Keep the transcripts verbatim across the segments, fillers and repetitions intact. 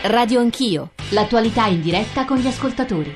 Radio Anch'io, l'attualità in diretta con gli ascoltatori.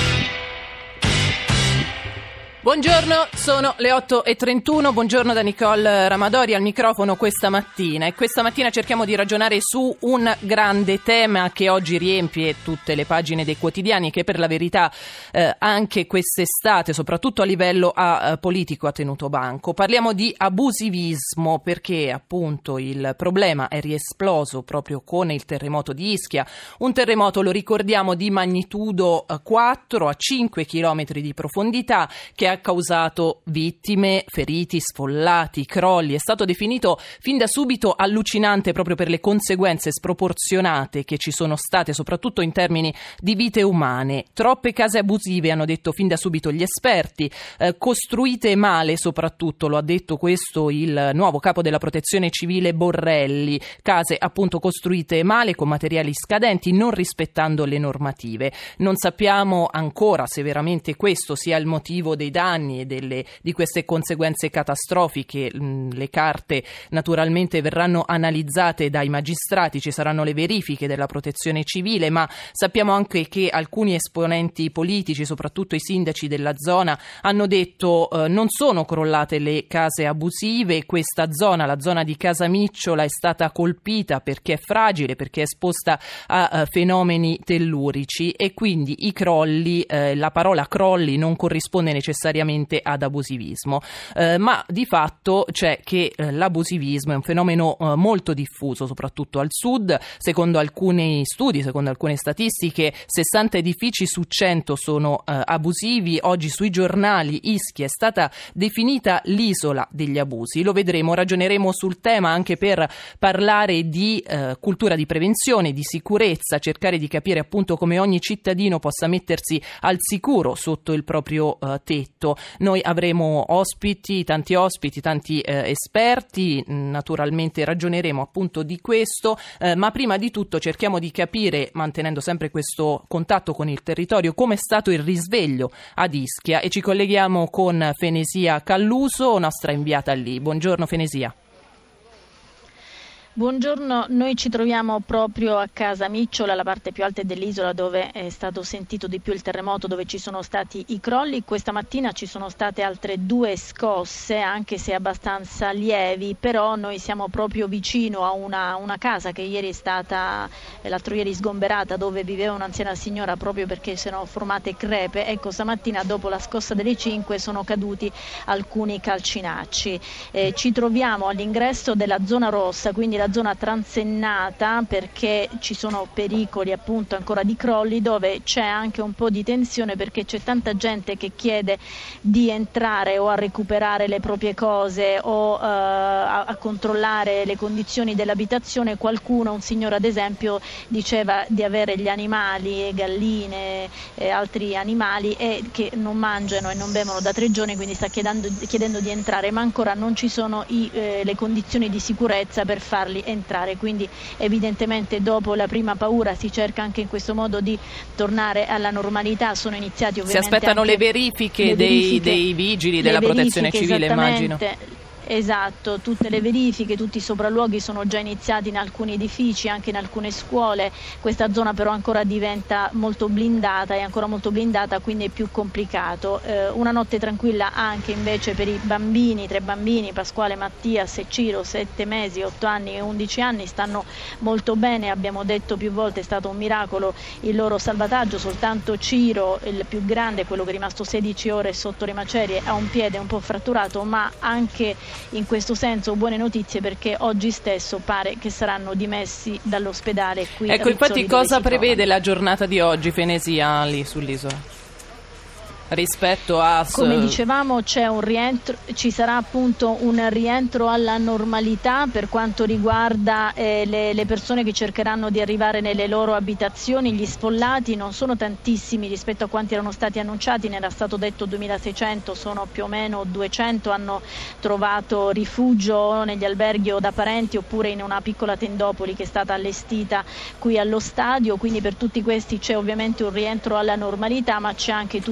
Buongiorno, sono le otto e trentuno, buongiorno da Nicole Ramadori al microfono questa mattina e questa mattina cerchiamo di ragionare su un grande tema che oggi riempie tutte le pagine dei quotidiani e che per la verità eh, anche quest'estate, soprattutto a livello a, a politico, ha tenuto banco. Parliamo di abusivismo perché appunto il problema è riesploso proprio con il terremoto di Ischia, un terremoto, lo ricordiamo, di magnitudo quattro a cinque chilometri di profondità che ha causato vittime, feriti, sfollati, crolli. È stato definito fin da subito allucinante proprio per le conseguenze sproporzionate che ci sono state, soprattutto in termini di vite umane. Troppe case abusive, hanno detto fin da subito gli esperti, eh, costruite male soprattutto, lo ha detto questo il nuovo capo della Protezione Civile Borrelli, case appunto costruite male con materiali scadenti, non rispettando le normative. Non sappiamo ancora se veramente questo sia il motivo dei danni e delle, di queste conseguenze catastrofiche. Le carte naturalmente verranno analizzate dai magistrati, ci saranno le verifiche della Protezione Civile, ma sappiamo anche che alcuni esponenti politici, soprattutto i sindaci della zona, hanno detto eh, non sono crollate le case abusive, questa zona, la zona di Casamicciola, è stata colpita perché è fragile, perché è esposta a, a fenomeni tellurici e quindi i crolli, eh, la parola crolli non corrisponde necessariamente ad abusivismo, eh, ma di fatto c'è che eh, l'abusivismo è un fenomeno eh, molto diffuso, soprattutto al sud. Secondo alcuni studi, secondo alcune statistiche, sessanta edifici su cento sono eh, abusivi. Oggi sui giornali Ischia è stata definita l'isola degli abusi. Lo vedremo, ragioneremo sul tema anche per parlare di eh, cultura di prevenzione, di sicurezza, cercare di capire appunto come ogni cittadino possa mettersi al sicuro sotto il proprio eh, tetto. Noi avremo ospiti, tanti ospiti, tanti eh, esperti, naturalmente ragioneremo appunto di questo, eh, ma prima di tutto cerchiamo di capire, mantenendo sempre questo contatto con il territorio, come è stato il risveglio ad Ischia e ci colleghiamo con Fenesia Calluso, nostra inviata lì. Buongiorno Fenesia. Buongiorno, noi ci troviamo proprio a Casamicciola, la parte più alta dell'isola dove è stato sentito di più il terremoto, dove ci sono stati i crolli. Questa mattina ci sono state altre due scosse, anche se abbastanza lievi, però noi siamo proprio vicino a una, una casa che ieri è stata, l'altro ieri sgomberata, dove viveva un'anziana signora proprio perché si erano formate crepe. Ecco, stamattina dopo la scossa delle cinque sono caduti alcuni calcinacci. Eh, ci troviamo all'ingresso della zona rossa, quindi la zona transennata, perché ci sono pericoli appunto ancora di crolli, dove c'è anche un po' di tensione perché c'è tanta gente che chiede di entrare o a recuperare le proprie cose o uh, a, a controllare le condizioni dell'abitazione. Qualcuno, un signore ad esempio, diceva di avere gli animali, galline e altri animali e che non mangiano e non bevono da tre giorni, quindi sta chiedendo, chiedendo di entrare, ma ancora non ci sono i, eh, le condizioni di sicurezza per farli entrare, quindi evidentemente dopo la prima paura si cerca anche in questo modo di tornare alla normalità. Sono iniziati ovviamente, si aspettano anche le verifiche, le verifiche dei, dei vigili della Protezione Civile, immagino. Esatto, tutte le verifiche, tutti i sopralluoghi sono già iniziati in alcuni edifici, anche in alcune scuole. Questa zona però ancora diventa molto blindata, è ancora molto blindata, quindi è più complicato. Eh, una notte tranquilla anche invece per i bambini, tre bambini, Pasquale, Mattias e Ciro, sette mesi, otto anni e undici anni, stanno molto bene. Abbiamo detto più volte, è stato un miracolo il loro salvataggio. Soltanto Ciro, il più grande, quello che è rimasto sedici ore sotto le macerie, ha un piede un po' fratturato, ma anche in questo senso buone notizie, perché oggi stesso pare che saranno dimessi dall'ospedale qui. Ecco, infatti cosa prevede la giornata di oggi, Fenesia, lì sull'isola? Rispetto a... Come dicevamo, c'è un rientro, ci sarà appunto un rientro alla normalità per quanto riguarda eh, le, le persone che cercheranno di arrivare nelle loro abitazioni. Gli sfollati non sono tantissimi rispetto a quanti erano stati annunciati, ne era stato detto duemilaseicento, sono più o meno duecento, hanno trovato rifugio negli alberghi o da parenti oppure in una piccola tendopoli che è stata allestita qui allo stadio, quindi per tutti questi c'è ovviamente un rientro alla normalità, ma c'è anche tutto il lavoro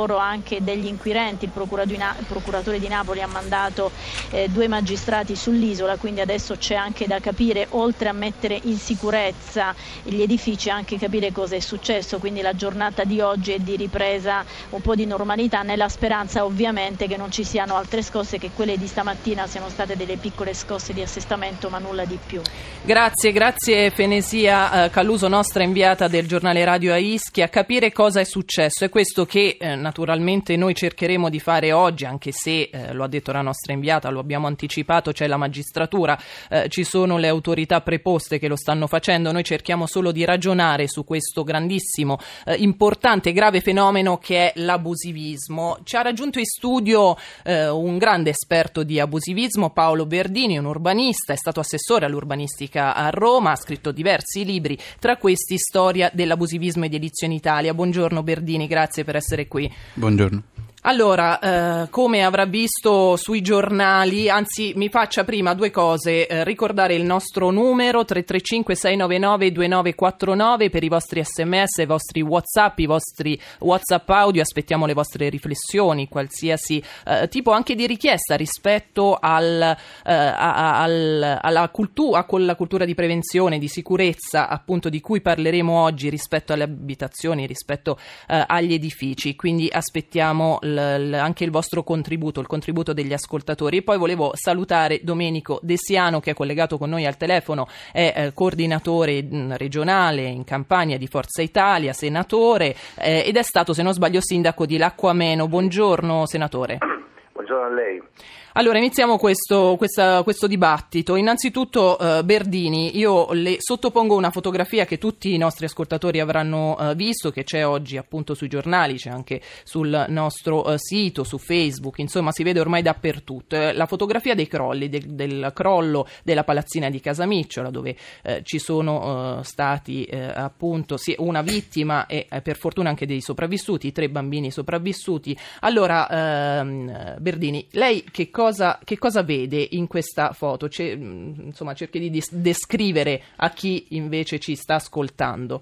lavoro anche degli inquirenti. Il procuratore di Napoli ha mandato eh, due magistrati sull'isola, quindi adesso c'è anche da capire, oltre a mettere in sicurezza gli edifici, anche capire cosa è successo. Quindi la giornata di oggi è di ripresa un po' di normalità, nella speranza ovviamente che non ci siano altre scosse, che quelle di stamattina siano state delle piccole scosse di assestamento ma nulla di più. Grazie, grazie Fenesia eh, Caluso, nostra inviata del giornale radio a Ischia. Capire cosa è successo, è questo che eh, naturalmente noi cercheremo di fare oggi, anche se eh, lo ha detto la nostra inviata, lo abbiamo anticipato, c'è la magistratura, eh, ci sono le autorità preposte che lo stanno facendo. Noi cerchiamo solo di ragionare su questo grandissimo, eh, importante e grave fenomeno che è l'abusivismo. Ci ha raggiunto in studio eh, un grande esperto di abusivismo, Paolo Berdini, un urbanista, è stato assessore all'urbanistica a Roma, ha scritto diversi libri, tra questi Storia dell'abusivismo ed Edizioni Italia. Buongiorno Berdini, grazie per essere qui. Buongiorno. Allora, eh, come avrà visto sui giornali, anzi mi faccia prima due cose, eh, ricordare il nostro numero tre tre cinque sei nove nove due nove quattro nove per i vostri sms, i vostri WhatsApp, i vostri WhatsApp audio, aspettiamo le vostre riflessioni, qualsiasi eh, tipo anche di richiesta rispetto al, eh, a, al, alla cultura, con la cultura di prevenzione, di sicurezza, appunto di cui parleremo oggi, rispetto alle abitazioni, rispetto eh, agli edifici, quindi aspettiamo anche il vostro contributo, il contributo degli ascoltatori. E poi volevo salutare Domenico De Siano, che è collegato con noi al telefono, è eh, coordinatore mh, regionale in Campania di Forza Italia, senatore eh, ed è stato, se non sbaglio, sindaco di Lacco Ameno. Buongiorno senatore. Buongiorno a lei. Allora, iniziamo questo, questa, questo dibattito. Innanzitutto, eh, Berdini, io le sottopongo una fotografia che tutti i nostri ascoltatori avranno eh, visto, che c'è oggi appunto sui giornali, c'è anche sul nostro eh, sito, su Facebook, insomma si vede ormai dappertutto. Eh, la fotografia dei crolli, del, del crollo della palazzina di Casamicciola, dove eh, ci sono eh, stati eh, appunto sì, una vittima e eh, per fortuna anche dei sopravvissuti, tre bambini sopravvissuti. Allora, ehm, Berdini, lei che cosa Cosa, che cosa vede in questa foto? C'è, insomma, cerchi di dis- descrivere a chi invece ci sta ascoltando.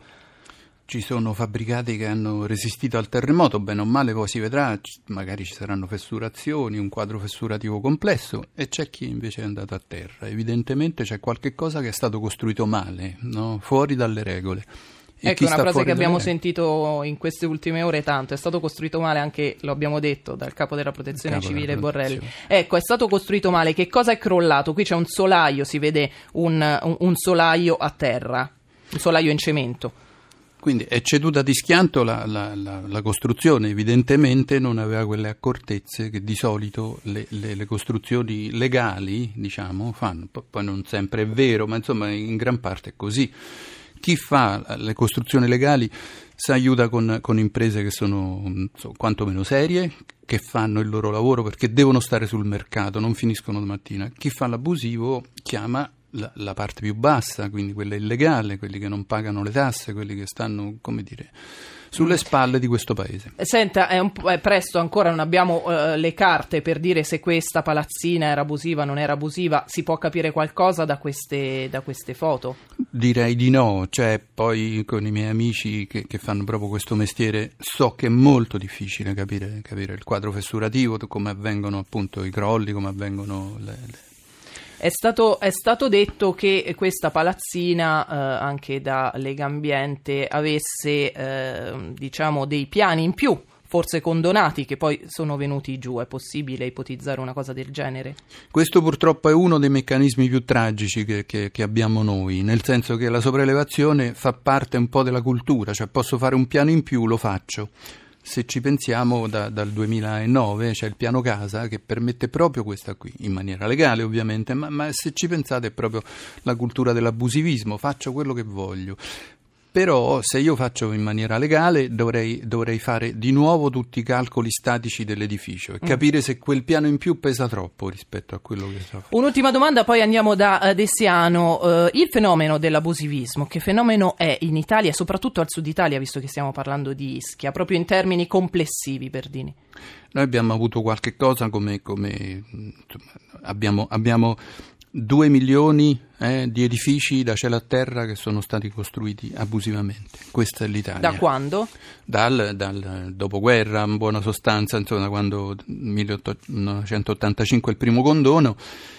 Ci sono fabbricati che hanno resistito al terremoto, bene o male poi si vedrà, magari ci saranno fessurazioni, un quadro fessurativo complesso, e c'è chi invece è andato a terra. Evidentemente c'è qualche cosa che è stato costruito male, no? Fuori dalle regole. E ecco una frase che abbiamo dalle... sentito in queste ultime ore tanto, è stato costruito male anche, lo abbiamo detto, dal capo della protezione capo civile della Borrelli. protezione. Ecco, è stato costruito male, che cosa è crollato? Qui c'è un solaio, si vede un, un, un solaio a terra, un solaio in cemento. Quindi è ceduta di schianto la, la, la, la costruzione, evidentemente non aveva quelle accortezze che di solito le, le, le costruzioni legali, diciamo, fanno. P- poi non sempre è vero, ma insomma in gran parte è così. Chi fa le costruzioni legali si aiuta con, con imprese che sono so, quantomeno serie, che fanno il loro lavoro perché devono stare sul mercato, non finiscono domattina. Chi fa l'abusivo chiama la, la parte più bassa, quindi quella illegale, quelli che non pagano le tasse, quelli che stanno, come dire, sulle spalle di questo paese. Senta, è, un, è presto ancora, non abbiamo uh, le carte per dire se questa palazzina era abusiva o non era abusiva. Si può capire qualcosa da queste, da queste foto? Direi di no, cioè poi con i miei amici che, che fanno proprio questo mestiere so che è molto difficile capire, capire il quadro fessurativo, come avvengono appunto i crolli, come avvengono le... le... È stato, è stato detto che questa palazzina, eh, anche da Legambiente, avesse eh, diciamo dei piani in più, forse condonati, che poi sono venuti giù. È possibile ipotizzare una cosa del genere? Questo purtroppo è uno dei meccanismi più tragici che, che, che abbiamo noi, nel senso che la sopraelevazione fa parte un po' della cultura, cioè posso fare un piano in più, lo faccio. Se ci pensiamo, da, dal duemilanove c'è il piano casa che permette proprio questa qui, in maniera legale ovviamente, ma, ma se ci pensate è proprio la cultura dell'abusivismo, faccio quello che voglio. Però se io faccio in maniera legale dovrei, dovrei fare di nuovo tutti i calcoli statici dell'edificio e capire mm. se quel piano in più pesa troppo rispetto a quello che sta facendo. Un'ultima domanda, poi andiamo da uh, De Siano. Uh, il fenomeno dell'abusivismo, che fenomeno è in Italia e soprattutto al sud Italia, visto che stiamo parlando di Ischia, proprio in termini complessivi, Berdini? Noi abbiamo avuto qualche cosa come, come insomma, abbiamo... abbiamo due milioni eh, di edifici da cielo a terra che sono stati costruiti abusivamente. Questa è l'Italia. Da quando? Dal, dal dopoguerra, in buona sostanza, insomma, da quando millenovecentottantacinque il primo condono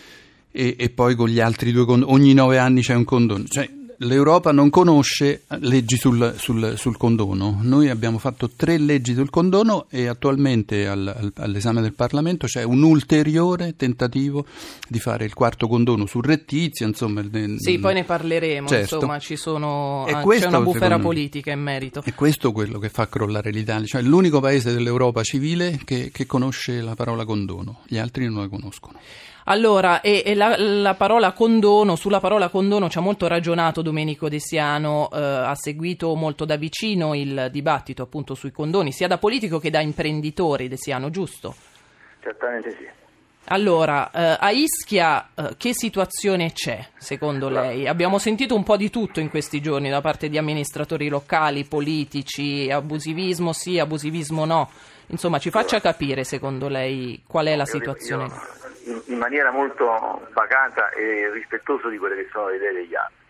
e, e poi con gli altri due condoni, ogni nove anni c'è un condono. Cioè, l'Europa non conosce leggi sul, sul, sul condono. Noi abbiamo fatto tre leggi sul condono e attualmente al, al, all'esame del Parlamento c'è un ulteriore tentativo di fare il quarto condono surrettizio. Insomma, sì, poi ne parleremo. Certo. Insomma, ci sono, e ah, questo, c'è una bufera me, politica in merito. E questo è quello che fa crollare l'Italia. Cioè, è l'unico paese dell'Europa civile che, che conosce la parola condono. Gli altri non la conoscono. Allora, e, e la, la parola condono, sulla parola condono ci ha molto ragionato Domenico De Siano, eh, ha seguito molto da vicino il dibattito appunto sui condoni, sia da politico che da imprenditore, De Siano, giusto? Certamente sì. Allora, eh, a Ischia eh, che situazione c'è secondo lei? Abbiamo sentito un po' di tutto in questi giorni da parte di amministratori locali, politici, abusivismo sì, abusivismo no. Insomma, ci faccia capire secondo lei qual è la situazione. Io, in, in maniera molto pacata e rispettoso di quelle che sono le idee degli altri.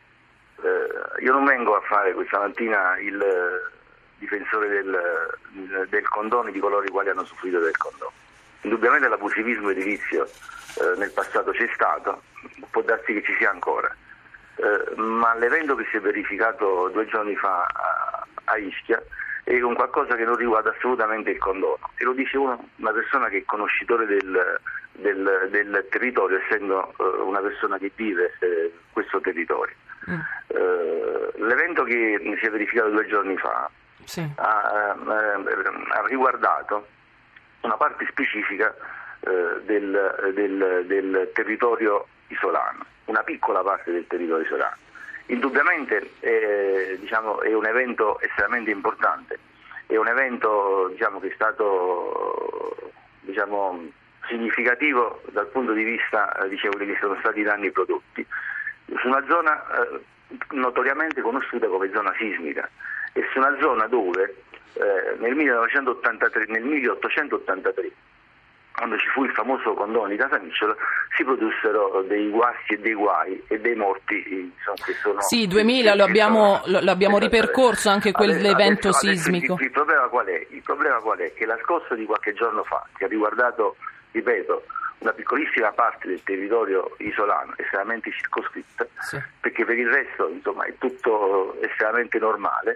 Eh, io non vengo a fare questa mattina il difensore del, del condono di coloro i quali hanno soffrito del condono. Indubbiamente l'abusivismo edilizio eh, nel passato c'è stato, può darsi che ci sia ancora, eh, ma l'evento che si è verificato due giorni fa a, a Ischia è un qualcosa che non riguarda assolutamente il condono, e lo dice uno, una persona che è conoscitore del, del, del territorio, essendo eh, una persona che vive eh, questo territorio. Mm. Eh, l'evento che si è verificato due giorni fa sì. ha, eh, ha riguardato una parte specifica eh, del, del, del territorio isolano, una piccola parte del territorio isolano. Indubbiamente eh, diciamo, è un evento estremamente importante, è un evento diciamo, che è stato diciamo, significativo dal punto di vista eh, dicevo, che sono stati i danni prodotti su una zona eh, notoriamente conosciuta come zona sismica e su una zona dove eh, nel millenovecentottantatré, nel milleottocentottantatré, quando ci fu il famoso condono di Casamicciola, si produssero dei guasti e dei guai e dei morti. Insomma, che sono, sì, duemila lo abbiamo, sono, lo abbiamo ripercorso anche quell'evento adesso, sismico. Adesso il, il, problema qual è? Il problema qual è? Che la scossa di qualche giorno fa, che ha riguardato, ripeto, una piccolissima parte del territorio isolano, estremamente circoscritta, sì. perché per il resto insomma, è tutto estremamente normale,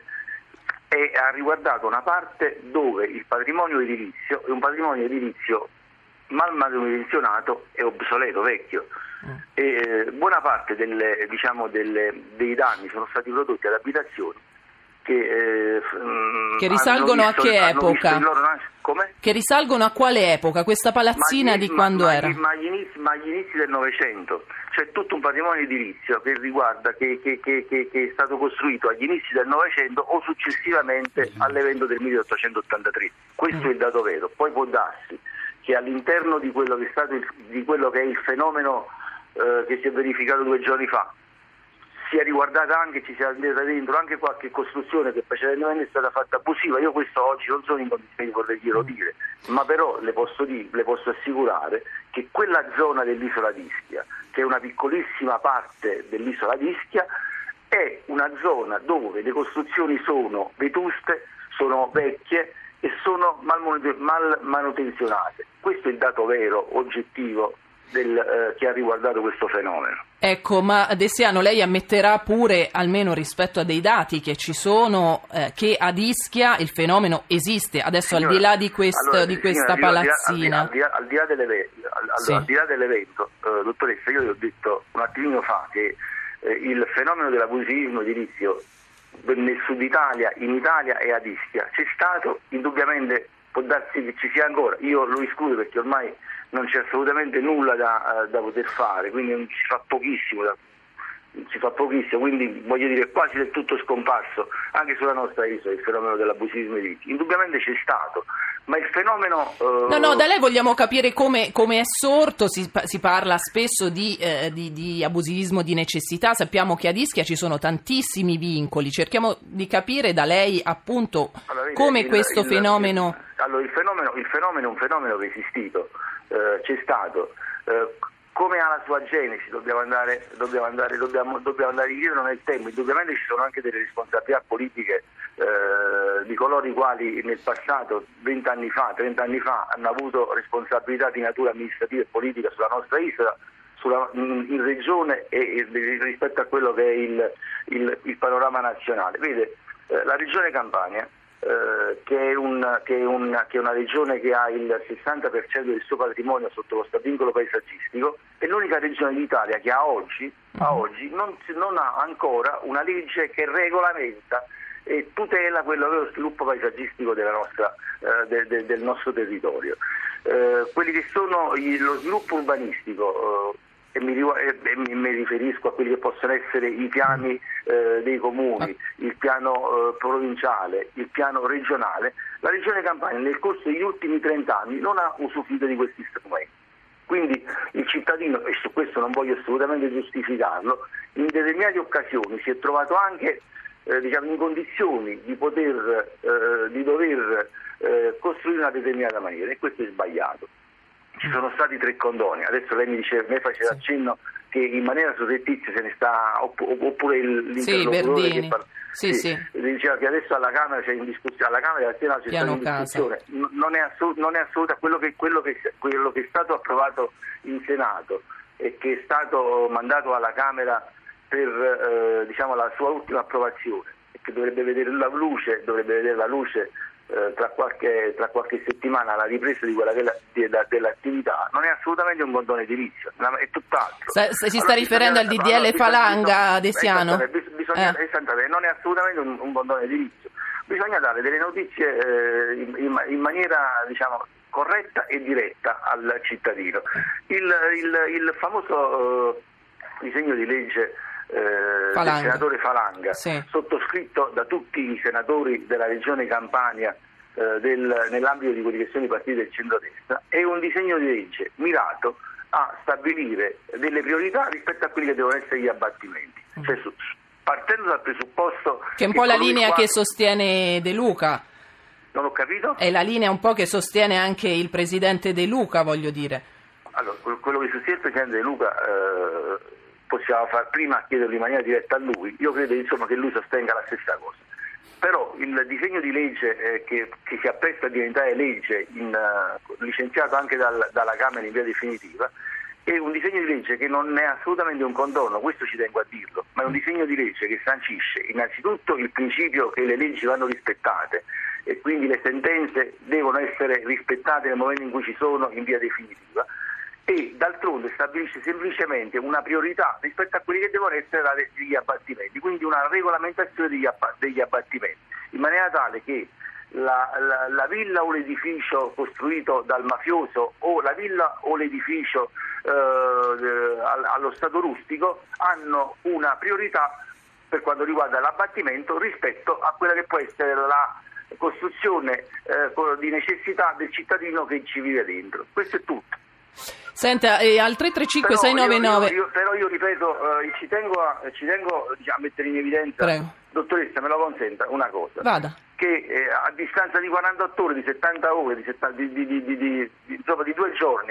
e ha riguardato una parte dove il patrimonio edilizio è un patrimonio edilizio mal manutenzionato e obsoleto, vecchio. Mm. E eh, buona parte delle, diciamo, delle, dei danni sono stati prodotti ad abitazioni che, eh, che risalgono visto, a che epoca? Loro, come? Che risalgono a quale epoca? Questa palazzina ma, di ma, quando ma, era? Ma agli inizi, ma agli inizi del Novecento. C'è tutto un patrimonio edilizio che riguarda che, che, che, che, che è stato costruito agli inizi del Novecento o successivamente all'evento del milleottocentottantatré. Questo mm. è il dato vero. Poi può darsi che all'interno di quello che è stato il, di quello che è il fenomeno eh, che si è verificato due giorni fa sia riguardata anche, ci sia dentro anche qualche costruzione che precedentemente è stata fatta abusiva. Io questo oggi non sono in condizione di poterglielo dire, ma però le posso dire, le posso assicurare che quella zona dell'isola di Ischia, che è una piccolissima parte dell'isola di Ischia, è una zona dove le costruzioni sono vetuste, sono vecchie e sono mal, mal manutenzionate. Questo è il dato vero, oggettivo, del, eh, che ha riguardato questo fenomeno. Ecco, ma De Siano, lei ammetterà pure, almeno rispetto a dei dati che ci sono, eh, che ad Ischia il fenomeno esiste. Adesso signora, al di là di, quest, allora, di questa signora, palazzina... Al di là, al di là dell'evento, al, sì. al di là dell'evento eh, dottoressa, io le ho detto un attimino fa che eh, il fenomeno dell'abusivismo edilizio nel sud Italia, in Italia e ad Ischia c'è stato, indubbiamente può darsi che ci sia ancora, io lo escludo perché ormai non c'è assolutamente nulla da, da poter fare, quindi si fa pochissimo, da, si fa pochissimo, quindi voglio dire quasi del tutto scomparso anche sulla nostra isola il fenomeno dell'abusivismo edilizio. Indubbiamente c'è stato, ma il fenomeno... Uh... No, no, da lei vogliamo capire come, come è sorto, si, si parla spesso di, eh, di, di abusivismo di necessità, sappiamo che ad Ischia ci sono tantissimi vincoli, cerchiamo di capire da lei appunto allora, vede, come il, questo il, fenomeno... Il, allora il fenomeno... Il fenomeno è un fenomeno che è esistito, eh, c'è stato, eh, come ha la sua genesi, dobbiamo andare, dobbiamo andare, dobbiamo, dobbiamo andare indietro nel tempo. Indubbiamente ci sono anche delle responsabilità politiche eh, di coloro i quali nel passato, vent'anni fa, trent'anni fa, hanno avuto responsabilità di natura amministrativa e politica sulla nostra isola, sulla, in regione e, e rispetto a quello che è il, il, il panorama nazionale. Vede, eh, la regione Campania, Eh, che, è un, che, è un, che è una regione che ha il sessanta per cento del suo patrimonio sottoposto a vincolo paesaggistico, è l'unica regione d'Italia che a oggi, a oggi non, non ha ancora una legge che regolamenta e tutela quello che è lo sviluppo paesaggistico della nostra, eh, de, de, del nostro territorio. Eh, quelli che sono i, lo sviluppo urbanistico, eh, E mi, e mi riferisco a quelli che possono essere i piani eh, dei comuni, il piano eh, provinciale, il piano regionale. La Regione Campania nel corso degli ultimi trent'anni non ha usufruito di questi strumenti. Quindi il cittadino, e su questo non voglio assolutamente giustificarlo, in determinate occasioni si è trovato anche eh, diciamo, in condizioni di poter, eh, di dover eh, costruire una determinata maniera, e questo è sbagliato. Ci sono stati tre condoni, adesso lei mi diceva, me faceva sì. accenno che in maniera surrettizia se ne sta, oppure l'interlocutore sì, che parla, sì, sì. sì, diceva che adesso alla Camera c'è in discussione, alla Camera del Senato c'è stata in discussione, non è, assolut- non è assoluta quello che, quello, che, quello che è stato approvato in Senato e che è stato mandato alla Camera per eh, diciamo la sua ultima approvazione e che dovrebbe vedere la luce, dovrebbe vedere la luce Eh, tra, qualche, tra qualche settimana la ripresa di quella della, de, de, dell'attività, non è assolutamente un condono edilizio, è tutt'altro. Se, se si sta allora, riferendo bisogna, al D D L allora, Falanga, Desiano? Bisogna, bisogna, eh. Non è assolutamente un, un condono edilizio, bisogna dare delle notizie eh, in, in, in maniera diciamo corretta e diretta al cittadino. Il, il, il famoso eh, disegno di legge Eh, del senatore Falanga, sì. sottoscritto da tutti i senatori della regione Campania eh, del, nell'ambito di quelli che sono i partiti del centrodestra, è un disegno di legge mirato a stabilire delle priorità rispetto a quelli che devono essere gli abbattimenti, mm. cioè, su, partendo dal presupposto che è un po' la linea quali... che sostiene De Luca. Non ho capito? È la linea un po' che sostiene anche il presidente De Luca, voglio dire. Allora, quello che sostiene il presidente De Luca eh, possiamo far prima chiederlo in maniera diretta a lui. Io credo insomma che lui sostenga la stessa cosa. Però il disegno di legge eh, che, che si appresta a diventare legge in, uh, licenziato anche dal, dalla Camera in via definitiva è un disegno di legge che non è assolutamente un condono, questo ci tengo a dirlo, ma è un disegno di legge che sancisce innanzitutto il principio che le leggi vanno rispettate e quindi le sentenze devono essere rispettate nel momento in cui ci sono in via definitiva, e d'altronde stabilisce semplicemente una priorità rispetto a quelli che devono essere gli abbattimenti, quindi una regolamentazione degli, abba- degli abbattimenti, in maniera tale che la, la, la villa o l'edificio costruito dal mafioso o la villa o l'edificio eh, allo stato rustico hanno una priorità per quanto riguarda l'abbattimento rispetto a quella che può essere la costruzione eh, di necessità del cittadino che ci vive dentro. Questo è tutto. Senta, eh, al tre tre cinque sei nove nove... Io, io, io, però io ripeto, eh, ci tengo, a, ci tengo diciamo, a mettere in evidenza, Prego. Dottoressa, me lo consenta, una cosa. Vada. Che eh, a distanza di quarantotto ore, di settanta ore, di, settanta, di, di, di, di, di, insomma, di due giorni,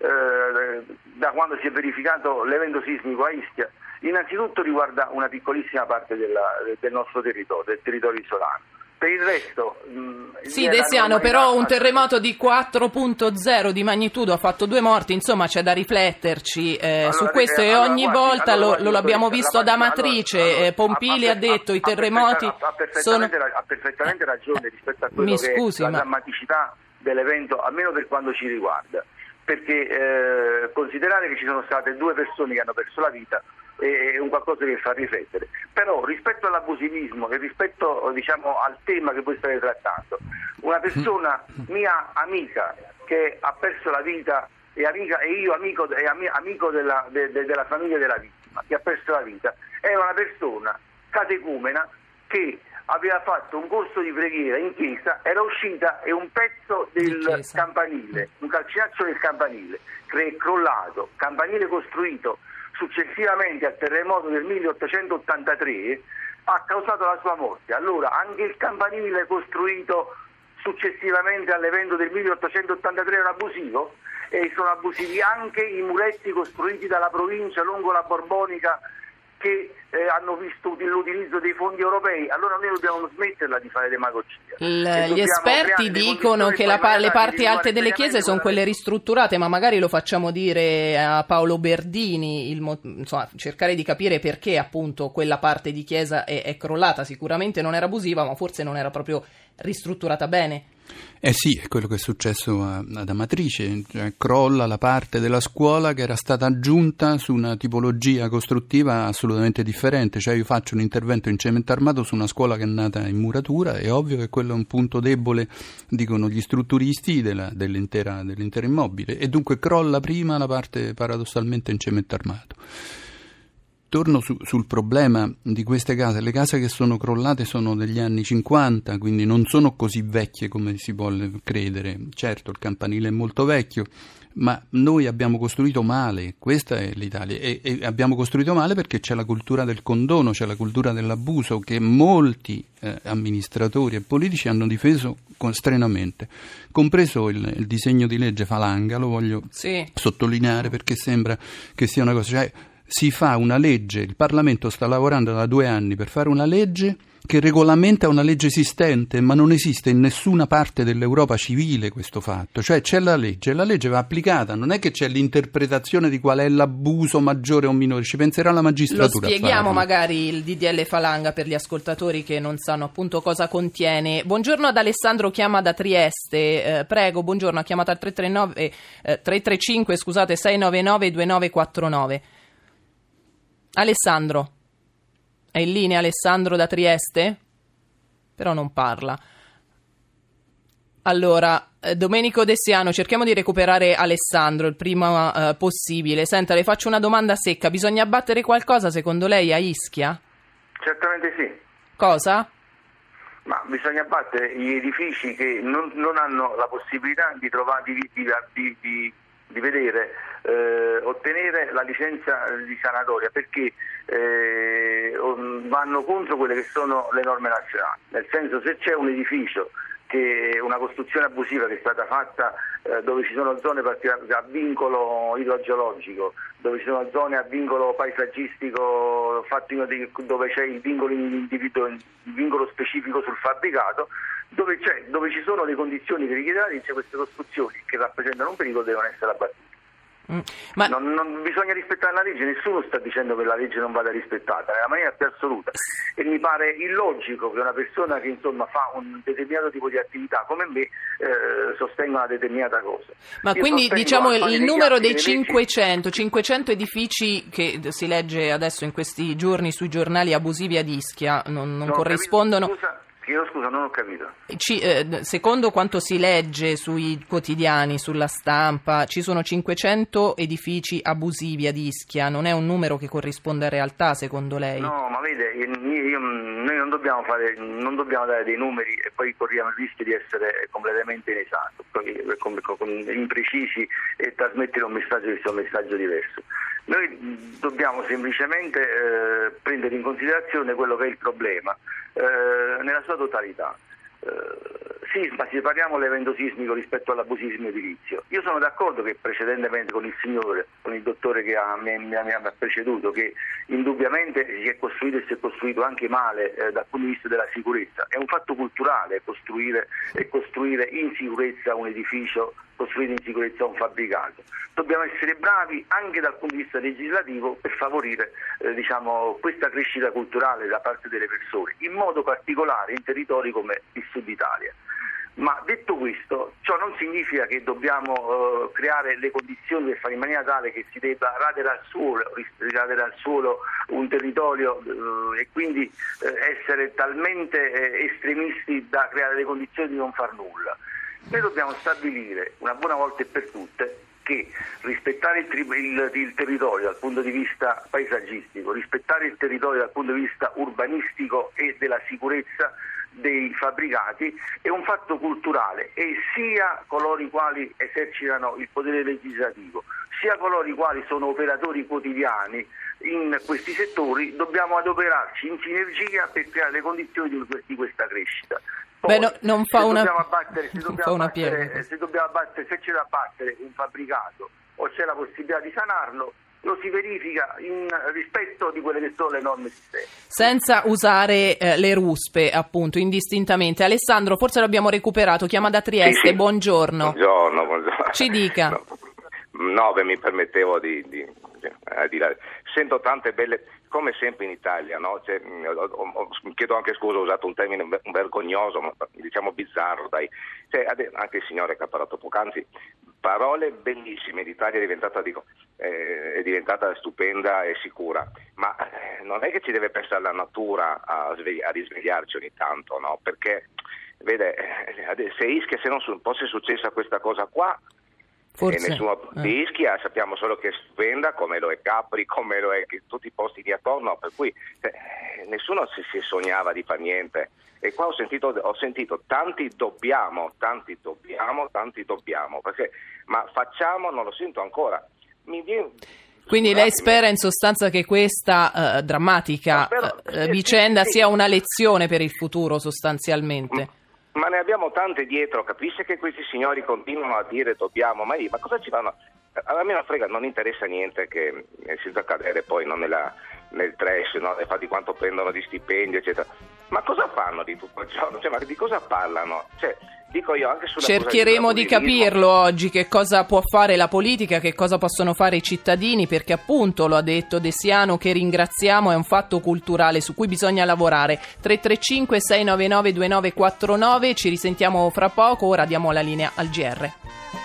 eh, da quando si è verificato l'evento sismico a Ischia, innanzitutto riguarda una piccolissima parte della, del nostro territorio, del territorio isolano. Per il resto... Mh, sì, Desiano, però un terremoto di quattro punto zero di magnitudo ha fatto due morti, insomma c'è da rifletterci eh, allora, su questo, eh, e ogni allora, volta allora, lo, lo abbiamo visto ad Amatrice, allora, eh, Pompili ha, ha detto ha, i terremoti ha, ha sono... Ha perfettamente ragione rispetto a quello Mi che scusi, è la ma... drammaticità dell'evento, almeno per quanto ci riguarda, perché eh, considerare che ci sono state due persone che hanno perso la vita è un qualcosa che fa riflettere. Però rispetto all'abusivismo e rispetto diciamo al tema che voi state trattando, una persona mia amica che ha perso la vita e, amica, e io amico, e amico della, de, de, della famiglia della vittima che ha perso la vita, era una persona catecumena che aveva fatto un corso di preghiera in chiesa, era uscita e un pezzo del campanile, un calcinaccio del campanile che è crollato, campanile costruito successivamente al terremoto del milleottocentottantatré, ha causato la sua morte. Allora anche il campanile costruito successivamente all'evento del milleottocentottantatré era abusivo? e sono abusivi anche i muretti costruiti dalla provincia lungo la Borbonica che eh, hanno visto l'utilizzo dei fondi europei. Allora noi dobbiamo smetterla di fare demagogia. Il, gli esperti dicono che la, le parti alte delle chiese sono quelle ristrutturate, ma magari lo facciamo dire a Paolo Berdini, il, insomma, cercare di capire perché appunto quella parte di chiesa è, è crollata. Sicuramente non era abusiva, ma forse non era proprio ristrutturata bene. Eh sì, è quello che è successo a, ad Amatrice, cioè crolla la parte della scuola che era stata aggiunta su una tipologia costruttiva assolutamente differente, cioè io faccio un intervento in cemento armato su una scuola che è nata in muratura, è ovvio che quello è un punto debole, dicono gli strutturisti, della, dell'intera, dell'intero immobile, e dunque crolla prima la parte paradossalmente in cemento armato. Torno su, sul problema di queste case. Le case che sono crollate sono degli anni cinquanta, quindi non sono così vecchie come si vuole credere. Certo, il campanile è molto vecchio, ma noi abbiamo costruito male, questa è l'Italia, e, e abbiamo costruito male perché c'è la cultura del condono, c'è la cultura dell'abuso che molti eh, amministratori e politici hanno difeso strenamente, compreso il, il disegno di legge Falanga, lo voglio sì. sottolineare perché sembra che sia una cosa... Cioè, si fa una legge, il Parlamento sta lavorando da due anni per fare una legge che regolamenta una legge esistente, ma non esiste in nessuna parte dell'Europa civile questo fatto, cioè c'è la legge, la legge va applicata, non è che c'è l'interpretazione di qual è l'abuso maggiore o minore, ci penserà la magistratura. Lo spieghiamo magari il D D L Falanga per gli ascoltatori che non sanno appunto cosa contiene. Buongiorno ad Alessandro, chiama da Trieste, eh, prego, buongiorno, ha chiamato al tre tre nove, eh, tre tre cinque scusate, sei nove nove due nove quattro nove. Alessandro, è in linea Alessandro da Trieste? Però non parla. Allora, eh, Domenico Dessiano, cerchiamo di recuperare Alessandro il prima eh, possibile. Senta, le faccio una domanda secca. Bisogna abbattere qualcosa secondo lei a Ischia? Certamente sì. Cosa? Ma bisogna abbattere gli edifici che non, non hanno la possibilità di trovare di, di, di, di, di vedere eh, ottenere la licenza di sanatoria, perché eh, vanno contro quelle che sono le norme nazionali. Nel senso, se c'è un edificio che una costruzione abusiva che è stata fatta eh, dove ci sono zone a vincolo idrogeologico, dove ci sono zone a vincolo paesaggistico fatto dove c'è il vincolo individuo, il vincolo specifico sul fabbricato, dove, c'è, dove ci sono le condizioni che richiedono la legge, queste costruzioni che rappresentano un pericolo devono essere abbattute. Mm. Ma... Non, non bisogna rispettare la legge, nessuno sta dicendo che la legge non vada rispettata nella maniera più assoluta, e mi pare illogico che una persona che insomma fa un determinato tipo di attività come me eh, sostenga una determinata cosa. Ma Io quindi diciamo il, il numero dei cinquecento, cinquecento edifici che si legge adesso in questi giorni sui giornali abusivi ad Ischia non, non corrispondono. Capito, scusa. Io scusa, non ho capito. Ci, eh, secondo quanto si legge sui quotidiani, sulla stampa, ci sono cinquecento edifici abusivi ad Ischia. Non è un numero che corrisponde a realtà, secondo lei? No, ma vede, io, io, noi non dobbiamo fare, non dobbiamo dare dei numeri e poi corriamo il rischio di essere completamente inesatti, imprecisi e trasmettere un messaggio che sia un messaggio diverso. Noi dobbiamo semplicemente eh, prendere in considerazione quello che è il problema eh, nella sua totalità. Eh, sisma, se parliamo dell'evento sismico rispetto all'abusismo edilizio, io sono d'accordo che precedentemente con il signore, con il dottore che ha, mi, mi, mi ha preceduto, che indubbiamente si è costruito e si è costruito anche male eh, dal punto di vista della sicurezza. È un fatto culturale costruire e costruire in sicurezza un edificio, costruire in sicurezza un fabbricato. Dobbiamo essere bravi anche dal punto di vista legislativo per favorire eh, diciamo, questa crescita culturale da parte delle persone, in modo particolare in territori come il Sud Italia. Ma detto questo, ciò non significa che dobbiamo eh, creare le condizioni per fare in maniera tale che si debba radere al suolo, radere al suolo un territorio eh, e quindi eh, essere talmente eh, estremisti da creare le condizioni di non far nulla. Noi dobbiamo stabilire una buona volta e per tutte che rispettare il, tri- il, il territorio dal punto di vista paesaggistico, rispettare il territorio dal punto di vista urbanistico e della sicurezza dei fabbricati è un fatto culturale, e sia coloro i quali esercitano il potere legislativo sia coloro i quali sono operatori quotidiani in questi settori dobbiamo adoperarci in sinergia per creare le condizioni di questa crescita. Poi, Beh, no, non fa se una, dobbiamo abbattere, se non dobbiamo fa una abbattere, piega. se dobbiamo abbattere, se c'è da abbattere un fabbricato o c'è la possibilità di sanarlo, lo si verifica in rispetto di quelle che sono le norme esistenti. Senza usare eh, le ruspe, appunto, indistintamente. Alessandro, forse l'abbiamo recuperato, chiama da Trieste, sì, sì. Buongiorno. Buongiorno, buongiorno. Ci dica. No, no beh, mi permettevo di, di, eh, di... Sento tante belle... Come sempre in Italia, no? Cioè, ho, ho, chiedo anche scusa, ho usato un termine vergognoso, ma diciamo bizzarro, dai. Cioè, anche il signore che ha parlato poc'anzi, parole bellissime, l'Italia è diventata, dico, eh, è diventata stupenda e sicura, ma eh, non è che ci deve pensare la natura a, svegli- a risvegliarci ogni tanto, no? Perché, vede, eh, se Ischia, se non su- fosse successa questa cosa qua, Forse, e nessuno eh. di Ischia, sappiamo solo che è stupenda, come lo è Capri, come lo è tutti i posti lì attorno, per cui eh, nessuno si, si sognava di fare niente. E qua ho sentito, ho sentito tanti dobbiamo, tanti dobbiamo, tanti dobbiamo, perché ma facciamo, non lo sento ancora. Mi viene... Quindi lei spera in sostanza che questa uh, drammatica spero, uh, sì, vicenda sì, sì. sia una lezione per il futuro sostanzialmente? Mm. Ma ne abbiamo tante dietro, capisce che questi signori continuano a dire dobbiamo, ma, io, ma cosa ci vanno? A me non frega, non interessa niente che senza cadere poi non nella, nel trash, no? Infatti quanto prendono di stipendio, eccetera. Ma cosa fanno di tutto il giorno? Cioè, ma di cosa parlano? Cioè, dico io anche sulla Cercheremo di capirlo oggi, che cosa può fare la politica, che cosa possono fare i cittadini, perché appunto, lo ha detto De Siano, che ringraziamo, è un fatto culturale su cui bisogna lavorare. tre tre cinque sei nove nove due nove quattro nove, ci risentiamo fra poco, ora diamo la linea al G R.